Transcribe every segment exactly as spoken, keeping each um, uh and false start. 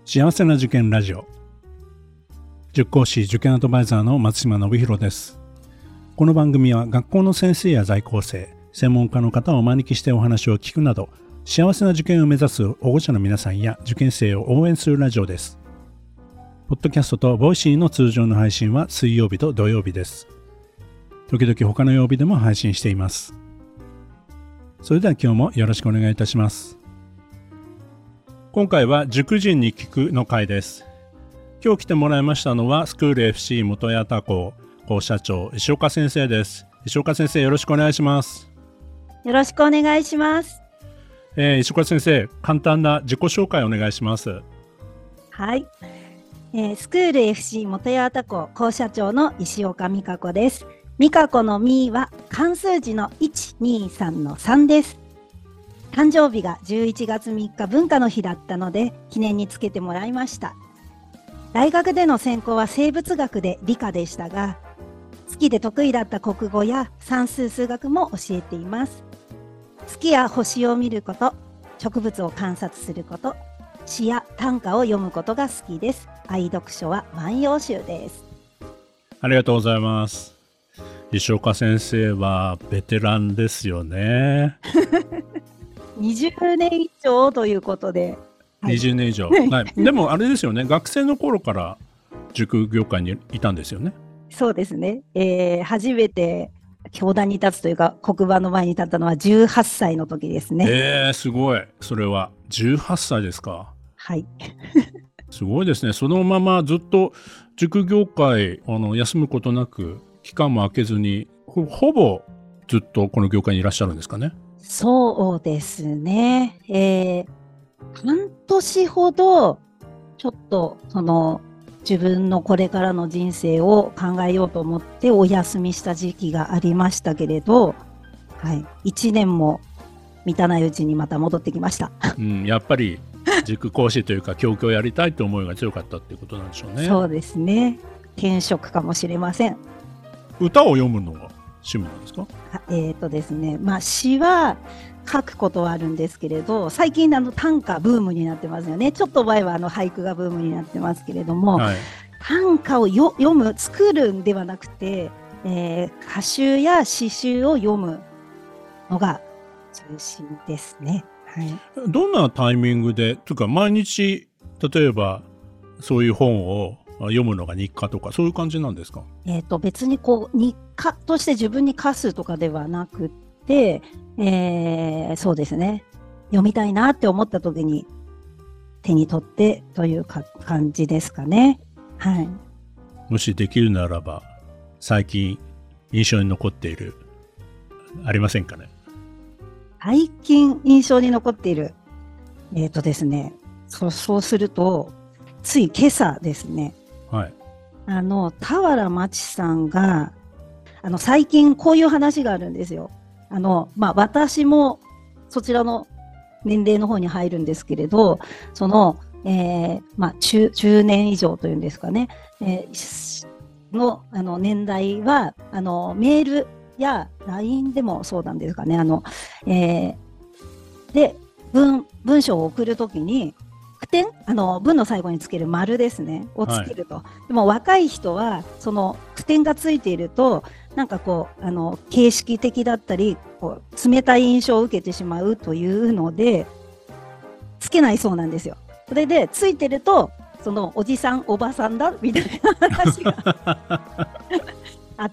幸せな受験ラジオ。塾講師受験アドバイザーの松島信弘です。この番組は学校の先生や在校生、専門家の方をお招きしてお話を聞くなど、幸せな受験を目指す保護者の皆さんや受験生を応援するラジオです。ポッドキャストとボイシーの通常の配信は水曜日と土曜日です。時々他の曜日でも配信しています。それでは今日もよろしくお願いいたします。今回は塾人に聞くの回です。今日来てもらいましたのはスクール エフシー 元谷田校校舎長石岡先生です。石岡先生、よろしくお願いします。 よろしくお願いします。 えー、石岡先生、簡単な自己紹介をお願いします。 はい、えー、スクール エフシー 元谷田校校舎長の石岡美香子です。美香子のみは漢数字のいち、に、さんのさんです。誕生日がじゅういちがつみっか文化の日だったので記念につけてもらいました。大学での専攻は生物学で理科でしたが、好きで得意だった国語や算数数学も教えています。月や星を見ること、植物を観察すること、詩や短歌を読むことが好きです。愛読書は万葉集です。 ありがとうございます。石岡先生はベテランですよね。 にじゅうねん以上ということで、 はい、にじゅうねん以上、はい、でもあれですよね、学生の頃から塾業界にいたんですよね。 そうですね、えー、初めて教壇に立つというか黒板の前に立ったのはじゅうはっさいの時ですね。 えー、すごい。それはじゅうはっさいですか。 はいすごいですね。そのままずっと塾業界あの休むことなく期間も空けずに ほ, ほぼずっとこの業界にいらっしゃるんですかね。 そうですね、えー、半年ほどちょっとその自分のこれからの人生を考えようと思ってお休みした時期がありましたけれど、はい、いちねんも満たないうちにまた戻ってきました、 うん、やっぱり塾講師というか教教をやりたいという思いが強かったっていうことなんでしょうね。 そうですね、転職かもしれません。 歌を読むのが趣味なんですか？ えーとですね、まあ詩は書くことはあるんですけれど、最近あの短歌ブームになってますよね。ちょっと前はあの俳句がブームになってますけれども、はい、短歌をよ読む作るんではなくて、えー、歌集や詩集を読むのが中心ですね。はい、 どんなタイミングでというか毎日例えばそういう本を読むのが日課とかそういう感じなんですか？ えーと別にこう日課として自分に課すとかではなくて、えー、そうですね、読みたいなって思った時に手に取ってというか感じですかね。はい。 もしできるならば最近印象に残っているありませんかね？ 最近印象に残っているえーとですねそそうするとつい今朝ですね、 はい、 あの俵万智さんがあの最近こういう話があるんですよ。あの、まあ、私もそちらの年齢の方に入るんですけれど、その、えーまあ、中, 中年以上というんですかね、えー、の, あの年代はあのメールや ライン でもそうなんですかね、あの、えー、で 文, 文章を送るときに句点、あの文の最後につける丸ですねをつけると、はい、でも若い人はその句点がついているとなんかこうあの形式的だったりこう冷たい印象を受けてしまうというのでつけないそうなんですよ。それでついてるとそのおじさんおばさんだみたいな話があって、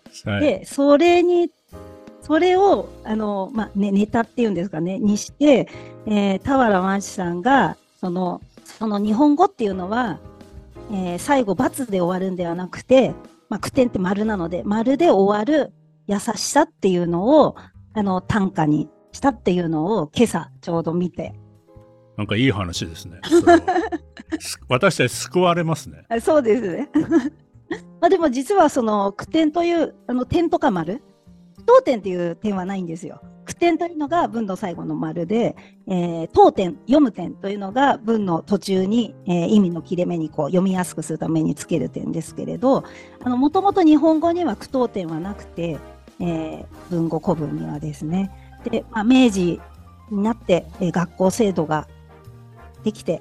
はい、でそれにそれをあの、まあね、ネタっていうんですかねにして、えー、俵万智さんがそのその日本語っていうのは、えー、最後×で終わるんではなくて、まあ、句点って丸なので丸で終わる優しさっていうのをあの短歌にしたっていうのを今朝ちょうど見て、 なんかいい話ですね。私たち救われますね。 そうですねまあでも実はその句点というあの点とか丸句読点っていう点はないんですよ。句点というのが文の最後の丸で、えー、読点読む点というのが文の途中に、えー、意味の切れ目にこう読みやすくするためにつける点ですけれど、もともと日本語には句読点はなくて、えー、文語古文にはですねで、まあ、明治になって、えー、学校制度ができて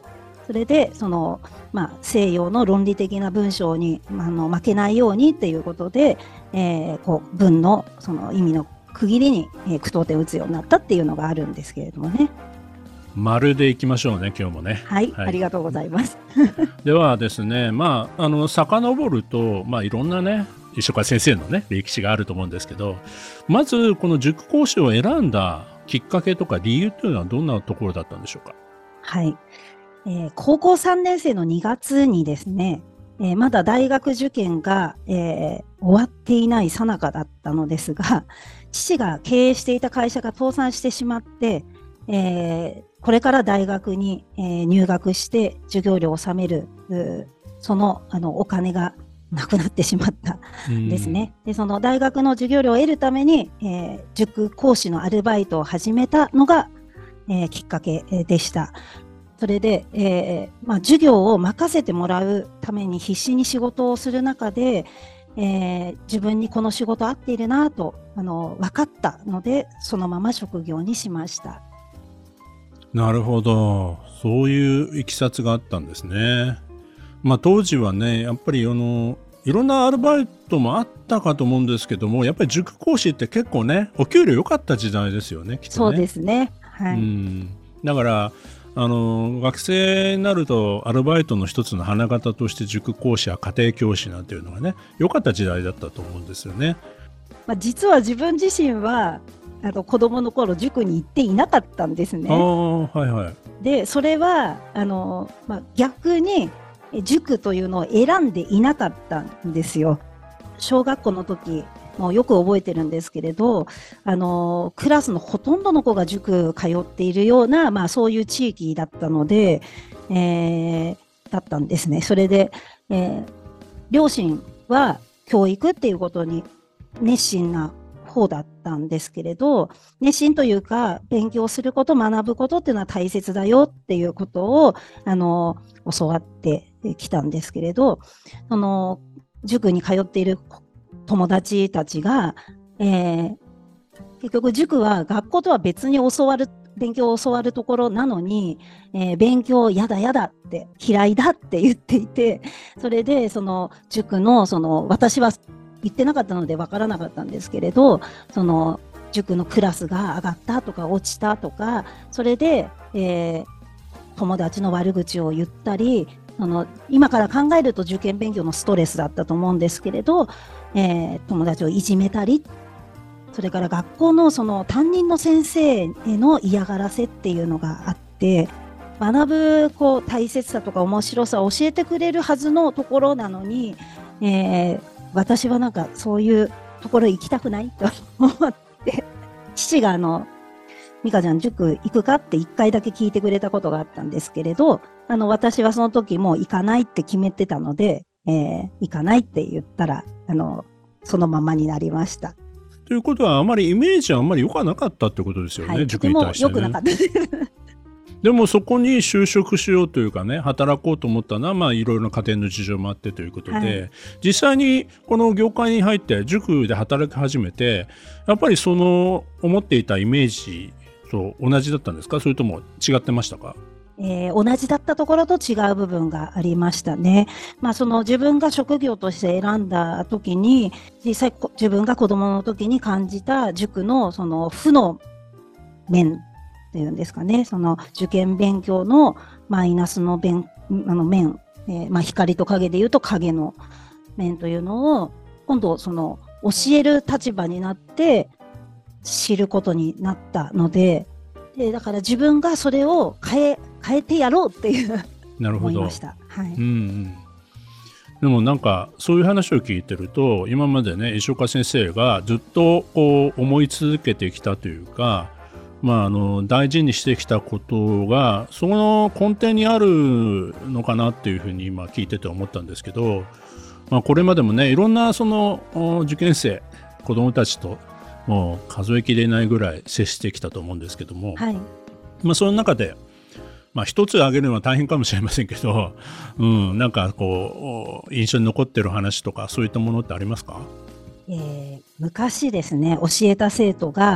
それでその、まあ、西洋の論理的な文章に、まあ、あの負けないようにっていうことで、えー、こう文のその意味の区切りに、えー、句読点を打つようになったっていうのがあるんですけれどもね。 丸でいきましょうね、今日もね。 はい、はい、ありがとうございます。 ではですね、まあ、あの遡ると、まあ、いろんなね石岡先生のね歴史があると思うんですけど、まずこの塾講師を選んだきっかけとか理由というのはどんなところだったんでしょうか。 はい、えー、高校さんねん生のにがつにですね、えー、まだ大学受験が、えー、終わっていない最中だったのですが、父が経営していた会社が倒産してしまって、えー、これから大学に、えー、入学して授業料を納めるその、あのお金がなくなってしまったんですね。で、その大学の授業料を得るために、えー、塾講師のアルバイトを始めたのが、えー、きっかけでした。それで、えーまあ、授業を任せてもらうために必死に仕事をする中で、えー、自分にこの仕事合っているなとあの分かったので、そのまま職業にしました。 なるほど、そういういきさつがあったんですね。まあ、当時はねやっぱりあのいろんなアルバイトもあったかと思うんですけども、やっぱり塾講師って結構ねお給料良かった時代ですよね、きっとね。 そうですね、はい、 うんだからあの学生になるとアルバイトの一つの花形として塾講師や家庭教師なんていうのがね良かった時代だったと思うんですよね。 まあ、実は自分自身はあの子供の頃塾に行っていなかったんですね。 あ、はいはい、 でそれはあの、まあ、逆に塾というのを選んでいなかったんですよ。小学校の時もうよく覚えてるんですけれど、あのクラスのほとんどの子が塾通っているような、まあ、そういう地域だったので、えー、だったんですね。それで、えー、両親は教育っていうことに熱心な方だったんですけれど、熱心というか勉強すること学ぶことっていうのは大切だよっていうことをあの教わってきたんですけれど、その塾に通っている友達たちが、えー、結局塾は学校とは別に教わる勉強を教わるところなのに、えー、勉強やだやだって嫌いだって言っていて、それでその塾のその私は行ってなかったので分からなかったんですけれど、その塾のクラスが上がったとか落ちたとか、それで、えー、友達の悪口を言ったり、あの今から考えると受験勉強のストレスだったと思うんですけれど、えー、友達をいじめたり、それから学校のその担任の先生への嫌がらせっていうのがあって、学ぶこう大切さとか面白さを教えてくれるはずのところなのに、えー、私はなんかそういうところ行きたくないと思って父があの美香ちゃん塾行くかって一回だけ聞いてくれたことがあったんですけれど、あの私はその時もう行かないって決めてたので、えー、行かないって言ったらあのそのままになりました。 ということはあまりイメージはあんまり良くなかったってことですよね、はい、塾に対してね。 とても良くなかったですでもそこに就職しようというかね、働こうと思ったのはまあいろいろな家庭の事情もあってということで、はい、実際にこの業界に入って塾で働き始めて、やっぱりその思っていたイメージと同じだったんですか、それとも違ってましたか？ えー、同じだったところと違う部分がありましたね。まあ、その自分が職業として選んだ時に、実際自分が子供の時に感じた塾のその負の面っていうんですかね、その受験勉強のマイナスの面、あの面、えーまあ、光と影でいうと影の面というのを今度その教える立場になって知ることになったので、でだから自分がそれを変え変えてやろうっていうなるほど思いました。はい、 うんうん、でもなんかそういう話を聞いてると、今までね石岡先生がずっとこう思い続けてきたというか、まあ、あの大事にしてきたことがその根底にあるのかなっていうふうに今聞いてて思ったんですけど、まあ、これまでもねいろんなその受験生子どもたちともう数えきれないぐらい接してきたと思うんですけども、 はい、 まあ、その中で、まあ、一つ挙げるのは大変かもしれませんけど、うん、なんかこう印象に残ってる話とかそういったものってありますか？ えー、昔ですね教えた生徒が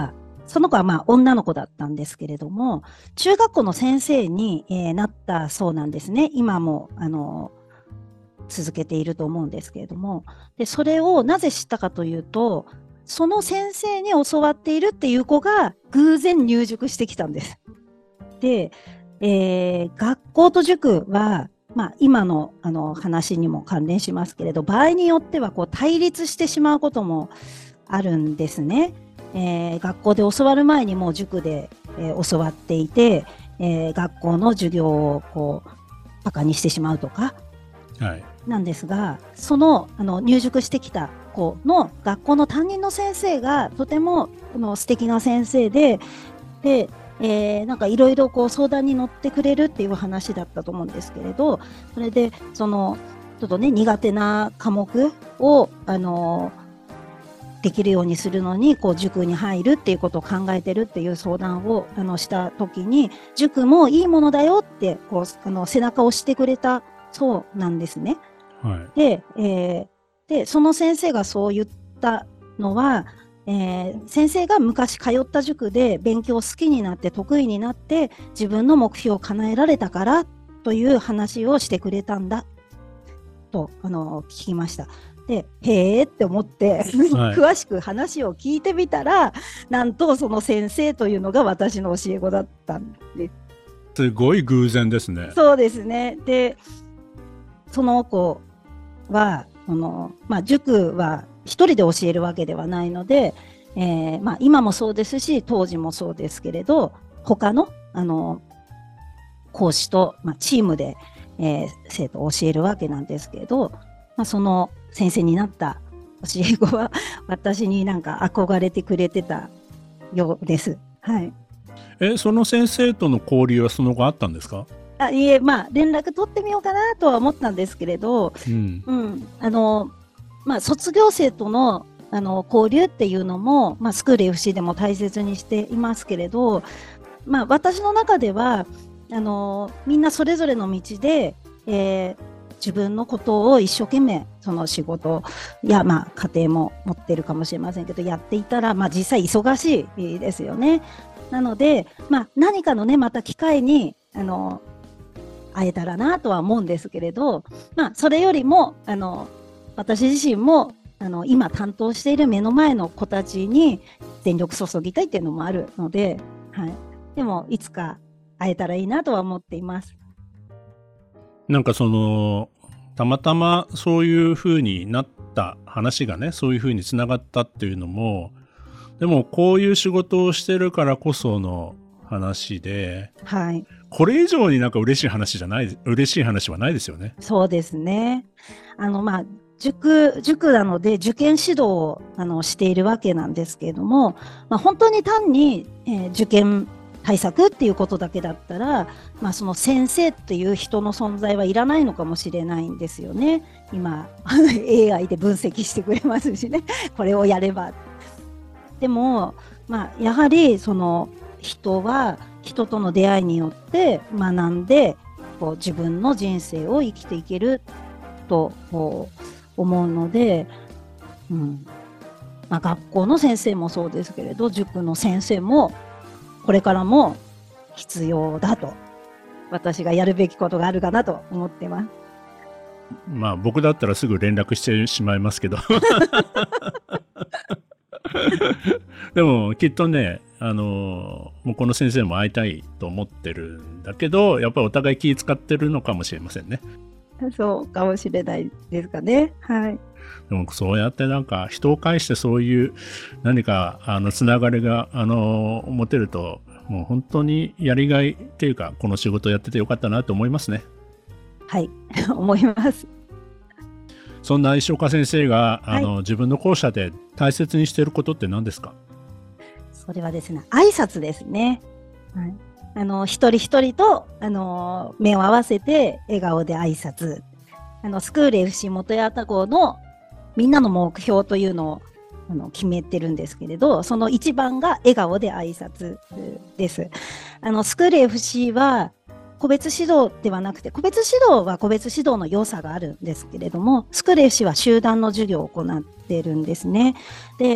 その子はまあ女の子だったんですけれども、中学校の先生に、えーなったそうなんですね。今もあの続けていると思うんですけれども、でそれをなぜ知ったかというと、その先生に教わっているっていう子が偶然入塾してきたんです。で、えー学校と塾は、まあ、今の、あの話にも関連しますけれど、場合によってはこう対立してしまうこともあるんですね。えー学校で教わる前にもう塾で、えー教わっていて、えー学校の授業をこうバカにしてしまうとかはい。 なんですが、その、あの入塾してきた子の学校の担任の先生がとてもあの素敵な先生で、で、えーなんかいろいろこう相談に乗ってくれるっていう話だったと思うんですけれど、それでそのちょっとね苦手な科目をあのできるようにするのにこう塾に入るっていうことを考えてるっていう相談をあのした時に、塾もいいものだよってこうあの背中を押してくれたそうなんですね。 はい。 で、えーでその先生がそう言ったのは、えー先生が昔通った塾で勉強を好きになって得意になって自分の目標を叶えられたからという話をしてくれたんだとあの聞きました。で、へーって思って、 はい詳しく話を聞いてみたら、なんとその先生というのが私の教え子だったんです。 すごい偶然ですね。 そうですね。で、その子は、そのまあ、塾は一人で教えるわけではないので、えーまあ、今もそうですし、当時もそうですけれど、他の、あの講師と、まあ、チームで、えー生徒を教えるわけなんですけれど、まあ、その先生になった教え子は私になんか憧れてくれてたようです。はい。 え、その先生との交流はその後あったんですか？ あいえ、まあ、連絡取ってみようかなとは思ったんですけれど、 うん。 うん、あの、まあ、卒業生との、あの交流っていうのも、まあ、スクール エフシー でも大切にしていますけれど、まあ、私の中ではあのみんなそれぞれの道で、えー自分のことを一生懸命その仕事や、まあ、家庭も持ってるかもしれませんけどやっていたら、まあ、実際忙しいですよね。なので、まあ、何かのねまた機会にあの会えたらなとは思うんですけれど、まあ、それよりもあの私自身もあの今担当している目の前の子たちに全力注ぎたいっていうのもあるので、はい、でもいつか会えたらいいなとは思っています。 なんかそのたまたまそういう風になった話がね、そういう風につながったっていうのも、でもこういう仕事をしてるからこその話で、 はい、 これ以上になんか嬉しい話じゃない、嬉しい話はないですよね。 そうですね。あのまあ塾、塾なので受験指導をあのしているわけなんですけれども、まあ、本当に単に、えー受験対策っていうことだけだったら、まあ、その先生っていう人の存在はいらないのかもしれないんですよね。今エーアイ で分析してくれますしね、これをやれば。でも、まあ、やはりその人は人との出会いによって学んでこう自分の人生を生きていけるとこう思うので、うんまあ、学校の先生もそうですけれど塾の先生もこれからも必要だと、私がやるべきことがあるかなと思ってます。 まあ僕だったらすぐ連絡してしまいますけどでもきっとね、あのもうこの先生も会いたいと思ってるんだけど、やっぱりお互い気使ってるのかもしれませんね。 そうかもしれないですかね。はい。 でもそうやってなんか人を介してそういう何かあのつながりがあの持てると、もう本当にやりがいっていうか、この仕事やっててよかったなと思いますね。 はい思います。 そんな石岡先生があの、 はい、 自分の校舎で大切にしていることって何ですか？ それはですね、挨拶ですね。はい、あの一人一人とあの目を合わせて笑顔で挨拶。あのスクール エフシー 元八幡校のみんなの目標というのをあの決めてるんですけれど、その一番が笑顔で挨拶です。あのスクール エフシー は個別指導ではなくて、個別指導は個別指導の良さがあるんですけれども、スクール エフシー は集団の授業を行っているんですね。で、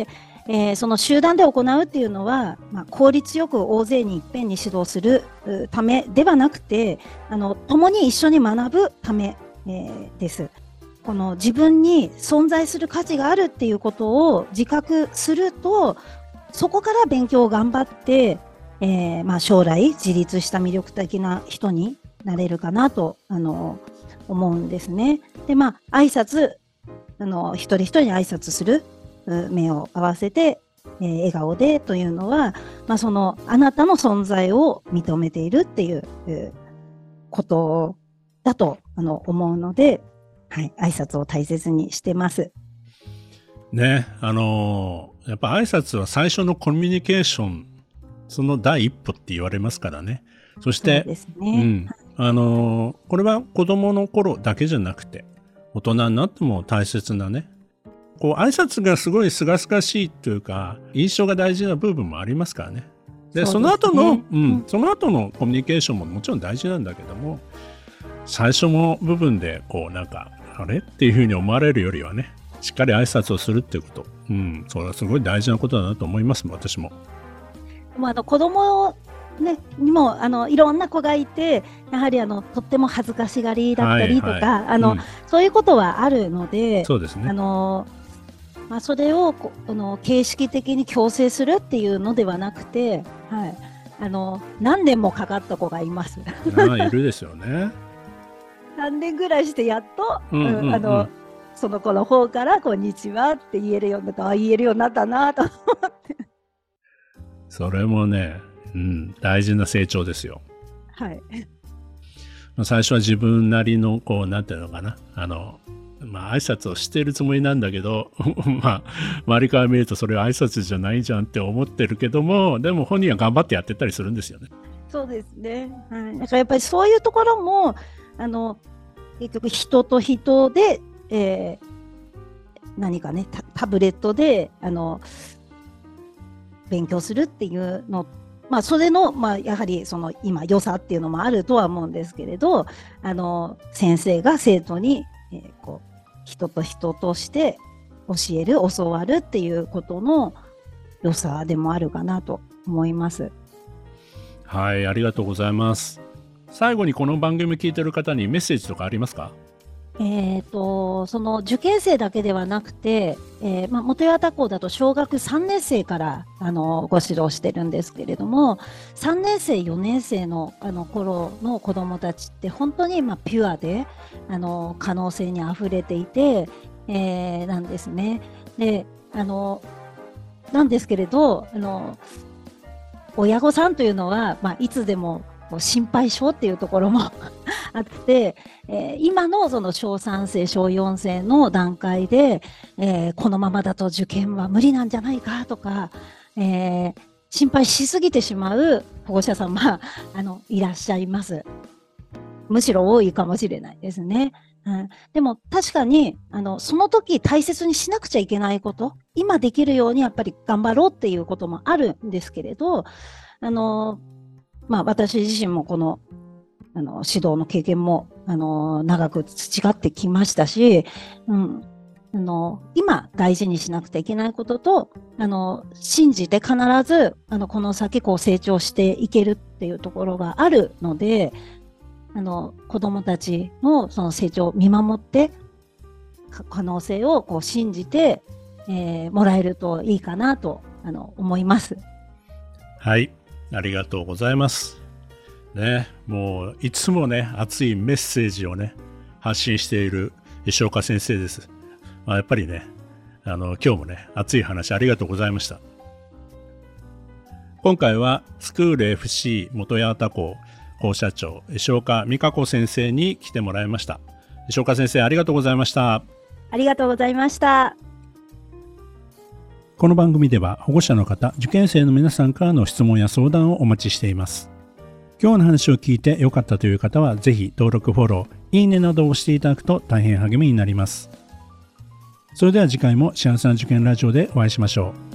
えー、その集団で行うっていうのは、まあ、効率よく大勢にいっぺんに指導するためではなくて、あの共に一緒に学ぶため、えー、です。この自分に存在する価値があるっていうことを自覚すると、そこから勉強を頑張って、えーまあ、将来自立した魅力的な人になれるかなとあの思うんですね。で、まあ、挨拶あの一人一人に挨拶する、目を合わせて、えー、笑顔でというのは、まあ、そのあなたの存在を認めているっていう、えー、ことだとあの思うので、はい、挨拶を大切にしてますね。あのー、やっぱ挨拶は最初のコミュニケーション、その第一歩って言われますからね。そしてそうですね、うん、 あのー、これは子供の頃だけじゃなくて大人になっても大切なね、こう挨拶がすごいすがすがしいというか印象が大事な部分もありますからね。で、その後の、うん、その後のコミュニケーションももちろん大事なんだけども、最初の部分でこうなんかあれっていうふうに思われるよりはね、しっかり挨拶をするっていうこと、うん、それはすごい大事なことだなと思います。私も。 もうあの子供ね、にもあのいろんな子がいて、やはりあのとっても恥ずかしがりだったりとか、はいはい、あの、うん、そういうことはあるので、 そうですね。 あのまあ、それをあの形式的に強制するっていうのではなくて、はい、あの何年もかかった子がいます。 あ、いるですよね。 さんねんぐらいしてやっと、うんうんうん、あのその子の方からこんにちはって言えるようになった、言えるようになったなと思って。 それもね、うん、大事な成長ですよ。 はい。 最初は自分なりのこうなんていうのかな、あのまあ挨拶をしているつもりなんだけどまあ周りから見るとそれは挨拶じゃないじゃんって思ってるけども、でも本人は頑張ってやってたりするんですよね。 そうですね。はい。だからやっぱりそういうところもあの結局人と人で、えー、何かね タ, タブレットであの勉強するっていうの、まあそれの、まあ、やはりその今良さっていうのもあるとは思うんですけれど、あの先生が生徒に、えー、こう人と人として教える教わるっていうことの良さでもあるかなと思います。 はい、ありがとうございます。最後にこの番組聞いてる方にメッセージとかありますか？ えーと、その受験生だけではなくて、えーまあ、元八幡校だと小学さんねん生からあのご指導してるんですけれども、さんねん生よねん生のあの頃の子どもたちって本当にまあピュアであの可能性にあふれていて、えー、なんですね。で、あのなんですけれど、あの親御さんというのは、まあ、いつでも心配性っていうところもあって、えー、今のその小さん生小よん生の段階で、えー、このままだと受験は無理なんじゃないかとか、えー、心配しすぎてしまう保護者様あのいらっしゃいます。むしろ多いかもしれないですね。うん、でも確かにあのその時大切にしなくちゃいけないこと、今できるようにやっぱり頑張ろうっていうこともあるんですけれど、あのまあ、私自身もこの、あの指導の経験もあの長く培ってきましたし、うん、あの今大事にしなくてはいけないことと、あの信じて必ずあのこの先こう成長していけるっていうところがあるので、あの子どもたちのその成長を見守って可能性をこう信じて、えー、もらえるといいかなとあの思います。 はい、ありがとうございますね。もういつもね熱いメッセージをね発信している石岡先生です。まあ、やっぱりねあの今日もね熱い話ありがとうございました。今回はスクール エフシー 元八幡校校舎長石岡美香子先生に来てもらいました。石岡先生ありがとうございました。 ありがとうございました。 この番組では保護者の方、受験生の皆さんからの質問や相談をお待ちしています。今日の話を聞いて良かったという方はぜひ登録フォローいいねなどをしていただくと大変励みになります。それでは次回も幸せな受験ラジオでお会いしましょう。